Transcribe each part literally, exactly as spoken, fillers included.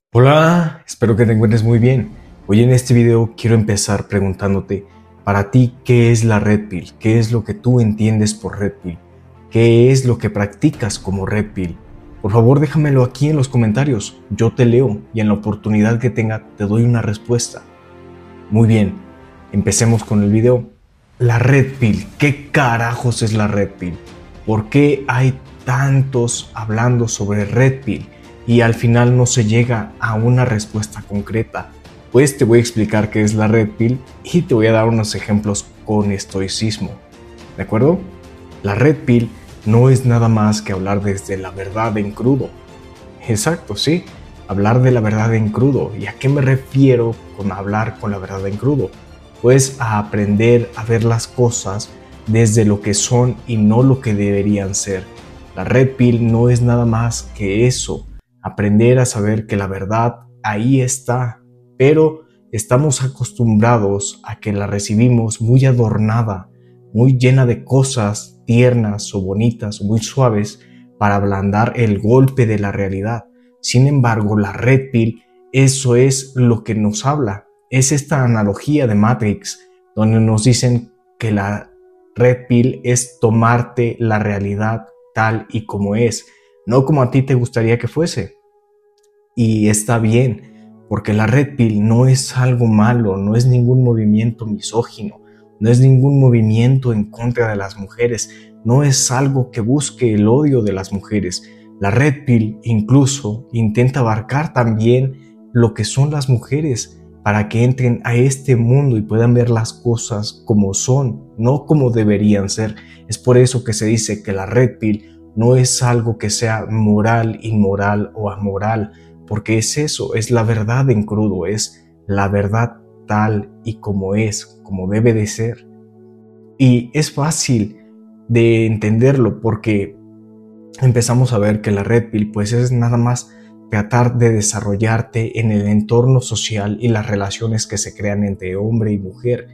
Hola, espero que te encuentres muy bien. Hoy en este video quiero empezar preguntándote, para ti, ¿qué es la Red Pill? ¿Qué es lo que tú entiendes por Red Pill? ¿Qué es lo que practicas como Red Pill? Por favor, déjamelo aquí en los comentarios. Yo te leo y en la oportunidad que tenga te doy una respuesta. Muy bien, empecemos con el video. La Red Pill, ¿qué carajos es la Red Pill? ¿Por qué hay tantos hablando sobre Red Pill y al final no se llega a una respuesta concreta? Pues te voy a explicar qué es la Red Pill y te voy a dar unos ejemplos con estoicismo. ¿De acuerdo? La Red Pill no es nada más que hablar desde la verdad en crudo. Exacto, sí, hablar de la verdad en crudo. ¿Y a qué me refiero con hablar con la verdad en crudo? Pues a aprender a ver las cosas desde lo que son y no lo que deberían ser. La Red Pill no es nada más que eso, aprender a saber que la verdad ahí está, pero estamos acostumbrados a que la recibimos muy adornada, muy llena de cosas tiernas o bonitas o muy suaves para ablandar el golpe de la realidad. Sin embargo, la Red Pill, eso es lo que nos habla. Es esta analogía de Matrix, donde nos dicen que la Red Pill es tomarte la realidad tal y como es, no como a ti te gustaría que fuese. Y está bien, porque la Red Pill no es algo malo, no es ningún movimiento misógino, no es ningún movimiento en contra de las mujeres, no es algo que busque el odio de las mujeres. La Red Pill incluso intenta abarcar también lo que son las mujeres para que entren a este mundo y puedan ver las cosas como son, no como deberían ser. Es por eso que se dice que la Red Pill no es algo que sea moral, inmoral o amoral, porque es eso, es la verdad en crudo, es la verdad tal y como es, como debe de ser. Y es fácil de entenderlo porque empezamos a ver que la Red Pill pues es nada más tratar de desarrollarte en el entorno social y las relaciones que se crean entre hombre y mujer,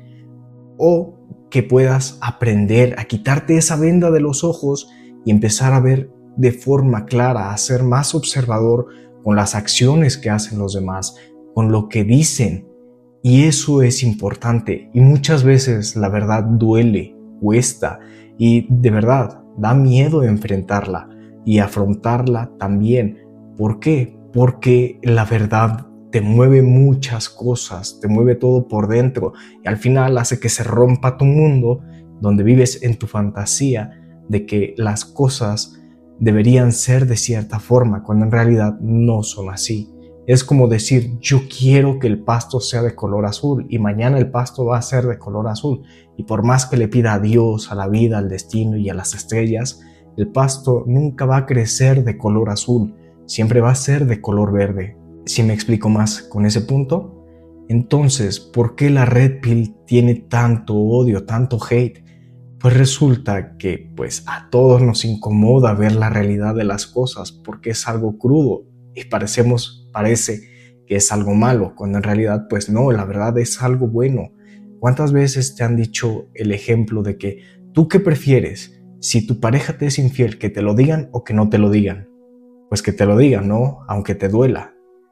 o que puedas aprender a quitarte esa venda de los ojos y empezar a ver de forma clara, a ser más observador con las acciones que hacen los demás, con lo que dicen. Y eso es importante. Y muchas veces la verdad duele, cuesta, y de verdad da miedo enfrentarla y afrontarla también. ¿Por qué? Porque la verdad te mueve muchas cosas, te mueve todo por dentro y al final hace que se rompa tu mundo donde vives en tu fantasía de que las cosas deberían ser de cierta forma, cuando en realidad no son así. Es como decir, yo quiero que el pasto sea de color azul y mañana el pasto va a ser de color azul, y por más que le pida a Dios, a la vida, al destino y a las estrellas, el pasto nunca va a crecer de color azul, siempre va a ser de color verde. Si me explico más con ese punto, entonces, ¿por qué la Red Pill tiene tanto odio, tanto hate? Pues resulta que pues a todos nos incomoda ver la realidad de las cosas porque es algo crudo y parecemos, parece que es algo malo, cuando en realidad pues no, la verdad es algo bueno. ¿Cuántas veces te han dicho el ejemplo de que tú qué prefieres? Si tu pareja te es infiel, ¿que te lo digan o que no te lo digan? Pues que te lo digan, ¿no? Aunque te duela.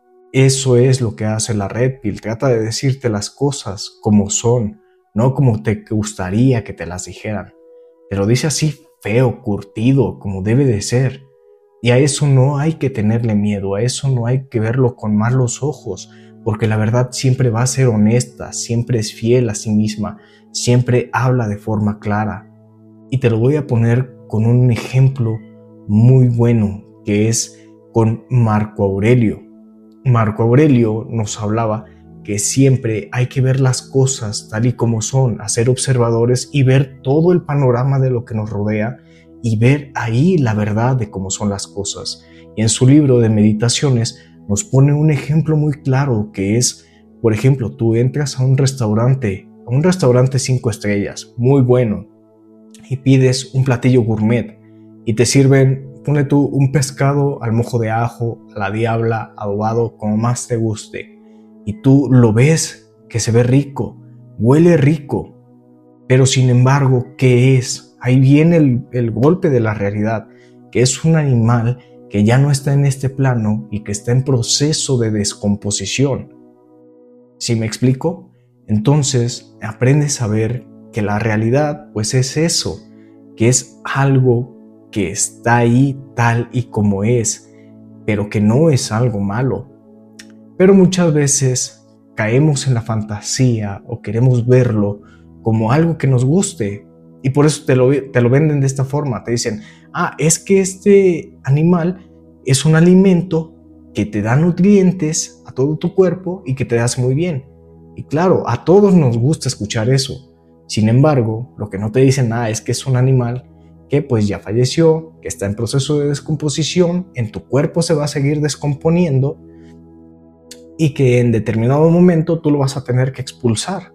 Eso es lo que hace la Red Pill, trata de decirte las cosas como son, no como te gustaría que te las dijeran. Te lo dice así feo, curtido, como debe de ser. Y a eso no hay que tenerle miedo, a eso no hay que verlo con malos ojos, porque la verdad siempre va a ser honesta, siempre es fiel a sí misma, siempre habla de forma clara. Y te lo voy a poner con un ejemplo muy bueno, que es con Marco Aurelio. Marco Aurelio nos hablaba que siempre hay que ver las cosas tal y como son, hacer observadores y ver todo el panorama de lo que nos rodea y ver ahí la verdad de cómo son las cosas. Y en su libro de meditaciones nos pone un ejemplo muy claro que es, por ejemplo, tú entras a un restaurante, a un restaurante cinco estrellas, muy bueno, y pides un platillo gourmet y te sirven, ponle tú, un pescado al mojo de ajo, a la diabla, adobado, como más te guste. Y tú lo ves que se ve rico, huele rico, pero sin embargo, ¿qué es? Ahí viene el, el golpe de la realidad, que es un animal que ya no está en este plano y que está en proceso de descomposición. ¿Sí me explico? Entonces aprendes a ver que la realidad pues es eso, que es algo que está ahí tal y como es, pero que no es algo malo. Pero muchas veces caemos en la fantasía o queremos verlo como algo que nos guste, y por eso te lo, te lo venden de esta forma. Te dicen, ah, es que este animal es un alimento que te da nutrientes a todo tu cuerpo y que te hace muy bien. Y claro, a todos nos gusta escuchar eso. Sin embargo, lo que no te dicen nada es que es un animal que pues ya falleció, que está en proceso de descomposición, en tu cuerpo se va a seguir descomponiendo y que en determinado momento tú lo vas a tener que expulsar.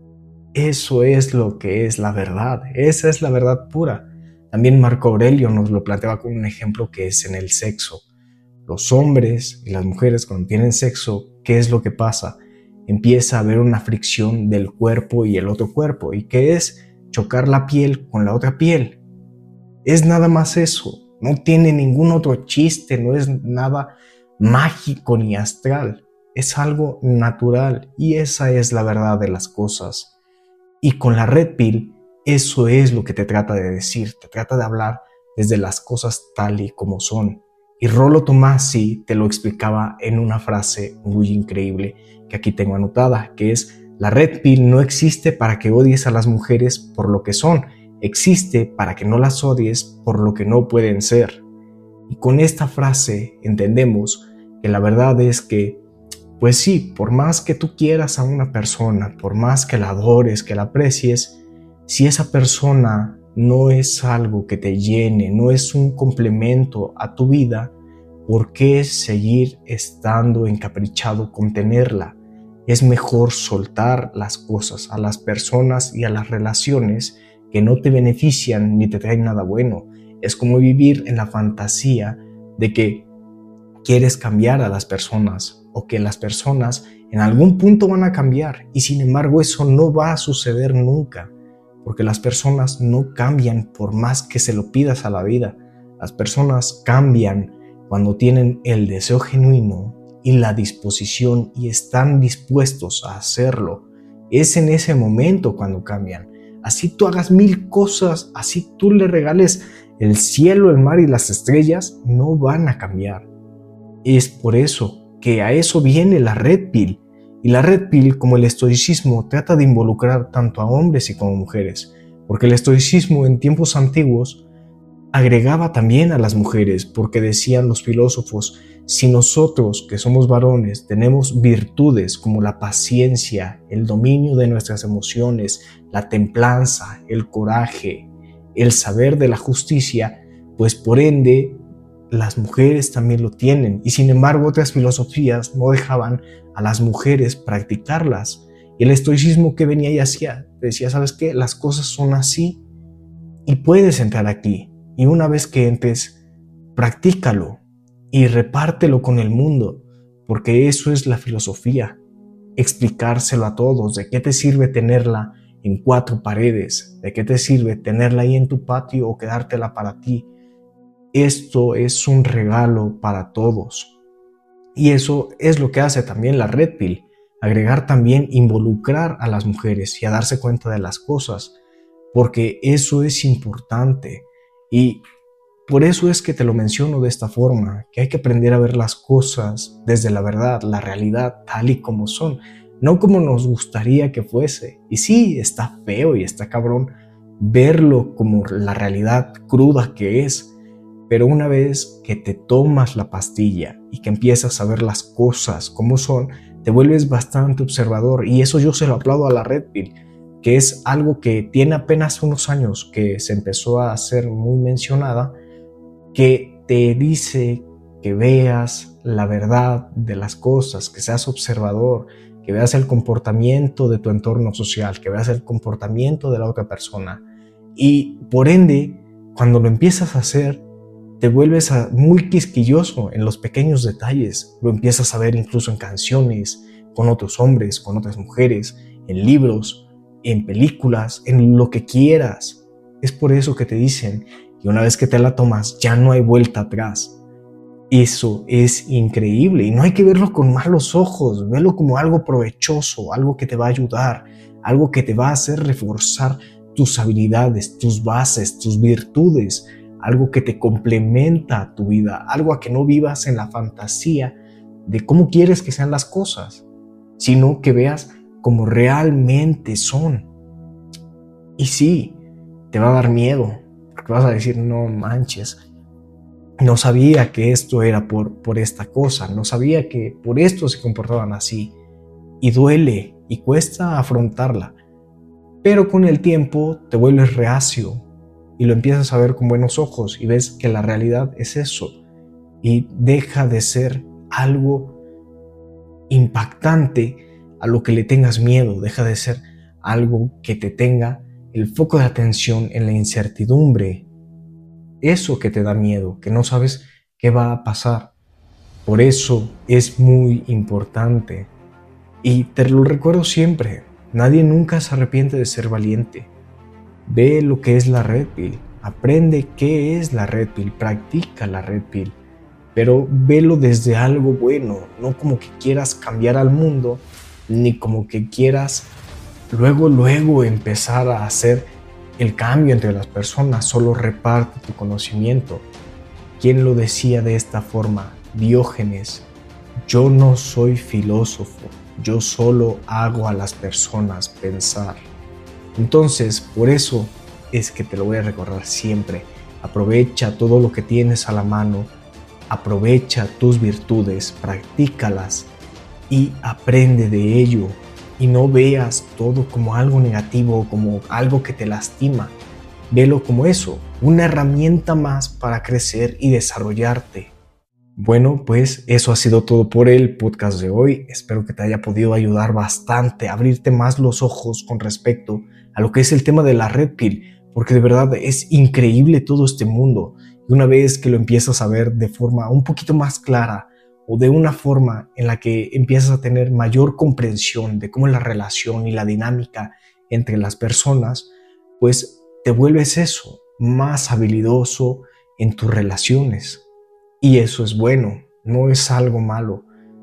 Eso es lo que es la verdad, esa es la verdad pura. También Marco Aurelio nos lo planteaba con un ejemplo que es en el sexo. Los hombres y las mujeres cuando tienen sexo, ¿qué es lo que pasa? Empieza a haber una fricción del cuerpo y el otro cuerpo. ¿Y qué es? Chocar la piel con la otra piel. Es nada más eso, no tiene ningún otro chiste, no es nada mágico ni astral, es algo natural y esa es la verdad de las cosas. Y con la Red Pill, eso es lo que te trata de decir, te trata de hablar desde las cosas tal y como son. Y Rollo Tomassi te lo explicaba en una frase muy increíble que aquí tengo anotada, que es: la Red Pill no existe para que odies a las mujeres por lo que son, existe para que no las odies por lo que no pueden ser. Y con esta frase entendemos que la verdad es que, pues sí, por más que tú quieras a una persona, por más que la adores, que la aprecies, si esa persona no es algo que te llene, no es un complemento a tu vida, ¿por qué seguir estando encaprichado con tenerla? Es mejor soltar las cosas a las personas y a las relaciones que no te benefician ni te traen nada bueno. Es como vivir en la fantasía de que quieres cambiar a las personas o que las personas en algún punto van a cambiar, y sin embargo eso no va a suceder nunca, porque las personas no cambian por más que se lo pidas a la vida. Las personas cambian cuando tienen el deseo genuino y la disposición y están dispuestos a hacerlo. Es en ese momento cuando cambian. Así tú hagas mil cosas, así tú le regales el cielo, el mar y las estrellas, no van a cambiar. Es por eso que a eso viene la Red Pill. Y la Red Pill, como el estoicismo, trata de involucrar tanto a hombres y como mujeres, porque el estoicismo en tiempos antiguos agregaba también a las mujeres, porque decían los filósofos: si nosotros, que somos varones, tenemos virtudes como la paciencia, el dominio de nuestras emociones, la templanza, el coraje, el saber de la justicia, pues por ende las mujeres también lo tienen. Y sin embargo otras filosofías no dejaban a las mujeres practicarlas. Y el estoicismo que venía y hacía, decía: ¿sabes qué? Las cosas son así y puedes entrar aquí. Y una vez que entres, practícalo y repártelo con el mundo, porque eso es la filosofía, explicárselo a todos. ¿De qué te sirve tenerla en cuatro paredes? ¿De qué te sirve tenerla ahí en tu patio o quedártela para ti? Esto es un regalo para todos. Y eso es lo que hace también la Red Pill, agregar también, involucrar a las mujeres y a darse cuenta de las cosas, porque eso es importante. Y por eso es que te lo menciono de esta forma, que hay que aprender a ver las cosas desde la verdad, la realidad tal y como son, no como nos gustaría que fuese. Y sí, está feo y está cabrón verlo como la realidad cruda que es, pero una vez que te tomas la pastilla y que empiezas a ver las cosas como son, te vuelves bastante observador, y eso yo se lo aplaudo a la Red Pill, que es algo que tiene apenas unos años que se empezó a hacer muy mencionada, que te dice que veas la verdad de las cosas, que seas observador, que veas el comportamiento de tu entorno social, que veas el comportamiento de la otra persona. Y por ende, cuando lo empiezas a hacer, te vuelves a, muy quisquilloso en los pequeños detalles. Lo empiezas a ver incluso en canciones, con otros hombres, con otras mujeres, en libros, en películas, en lo que quieras. Es por eso que te dicen, y una vez que te la tomas, ya no hay vuelta atrás. Eso es increíble y no hay que verlo con malos ojos, velo como algo provechoso, algo que te va a ayudar, algo que te va a hacer reforzar tus habilidades, tus bases, tus virtudes, algo que te complementa a tu vida, algo a que no vivas en la fantasía de cómo quieres que sean las cosas, sino que veas como realmente son. Y sí, te va a dar miedo, porque vas a decir, no manches, no sabía que esto era por, por esta cosa, no sabía que por esto se comportaban así. Y duele y cuesta afrontarla, pero con el tiempo te vuelves reacio y lo empiezas a ver con buenos ojos y ves que la realidad es eso y deja de ser algo impactante a lo que le tengas miedo, deja de ser algo que te tenga el foco de atención en la incertidumbre, eso que te da miedo, que no sabes qué va a pasar. Por eso es muy importante y te lo recuerdo siempre, nadie nunca se arrepiente de ser valiente. Ve lo que es la Red Pill, aprende qué es la Red Pill, practica la Red Pill, pero velo desde algo bueno, no como que quieras cambiar al mundo, ni como que quieras luego, luego empezar a hacer el cambio entre las personas, solo reparte tu conocimiento. ¿Quién lo decía de esta forma? Diógenes. Yo no soy filósofo, yo solo hago a las personas pensar. Entonces, por eso es que te lo voy a recordar siempre. Aprovecha todo lo que tienes a la mano, aprovecha tus virtudes, practícalas y aprende de ello. Y no veas todo como algo negativo, como algo que te lastima. Velo como eso, una herramienta más para crecer y desarrollarte. Bueno, pues eso ha sido todo por el podcast de hoy. Espero que te haya podido ayudar bastante, abrirte más los ojos con respecto a lo que es el tema de la Red Pill, porque de verdad es increíble todo este mundo. Y una vez que lo empiezas a ver de forma un poquito más clara, o de una forma en la que empiezas a tener mayor comprensión de cómo es la relación y la dinámica entre las personas, pues te vuelves eso, más habilidoso en tus relaciones. Y eso es bueno, no es algo malo.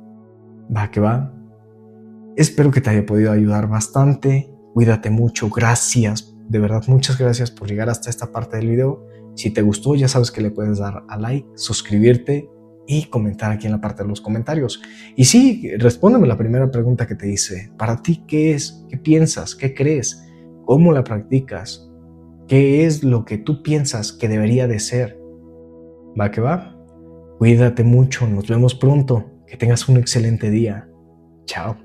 Va que va. Espero que te haya podido ayudar bastante. Cuídate mucho, gracias, de verdad muchas gracias por llegar hasta esta parte del video. Si te gustó, ya sabes que le puedes dar a like, suscribirte y comentar aquí en la parte de los comentarios. Y sí, respóndeme la primera pregunta que te hice. Para ti, ¿qué es? ¿Qué piensas? ¿Qué crees? ¿Cómo la practicas? ¿Qué es lo que tú piensas que debería de ser? ¿Va que va? Cuídate mucho, nos vemos pronto. Que tengas un excelente día. Chao.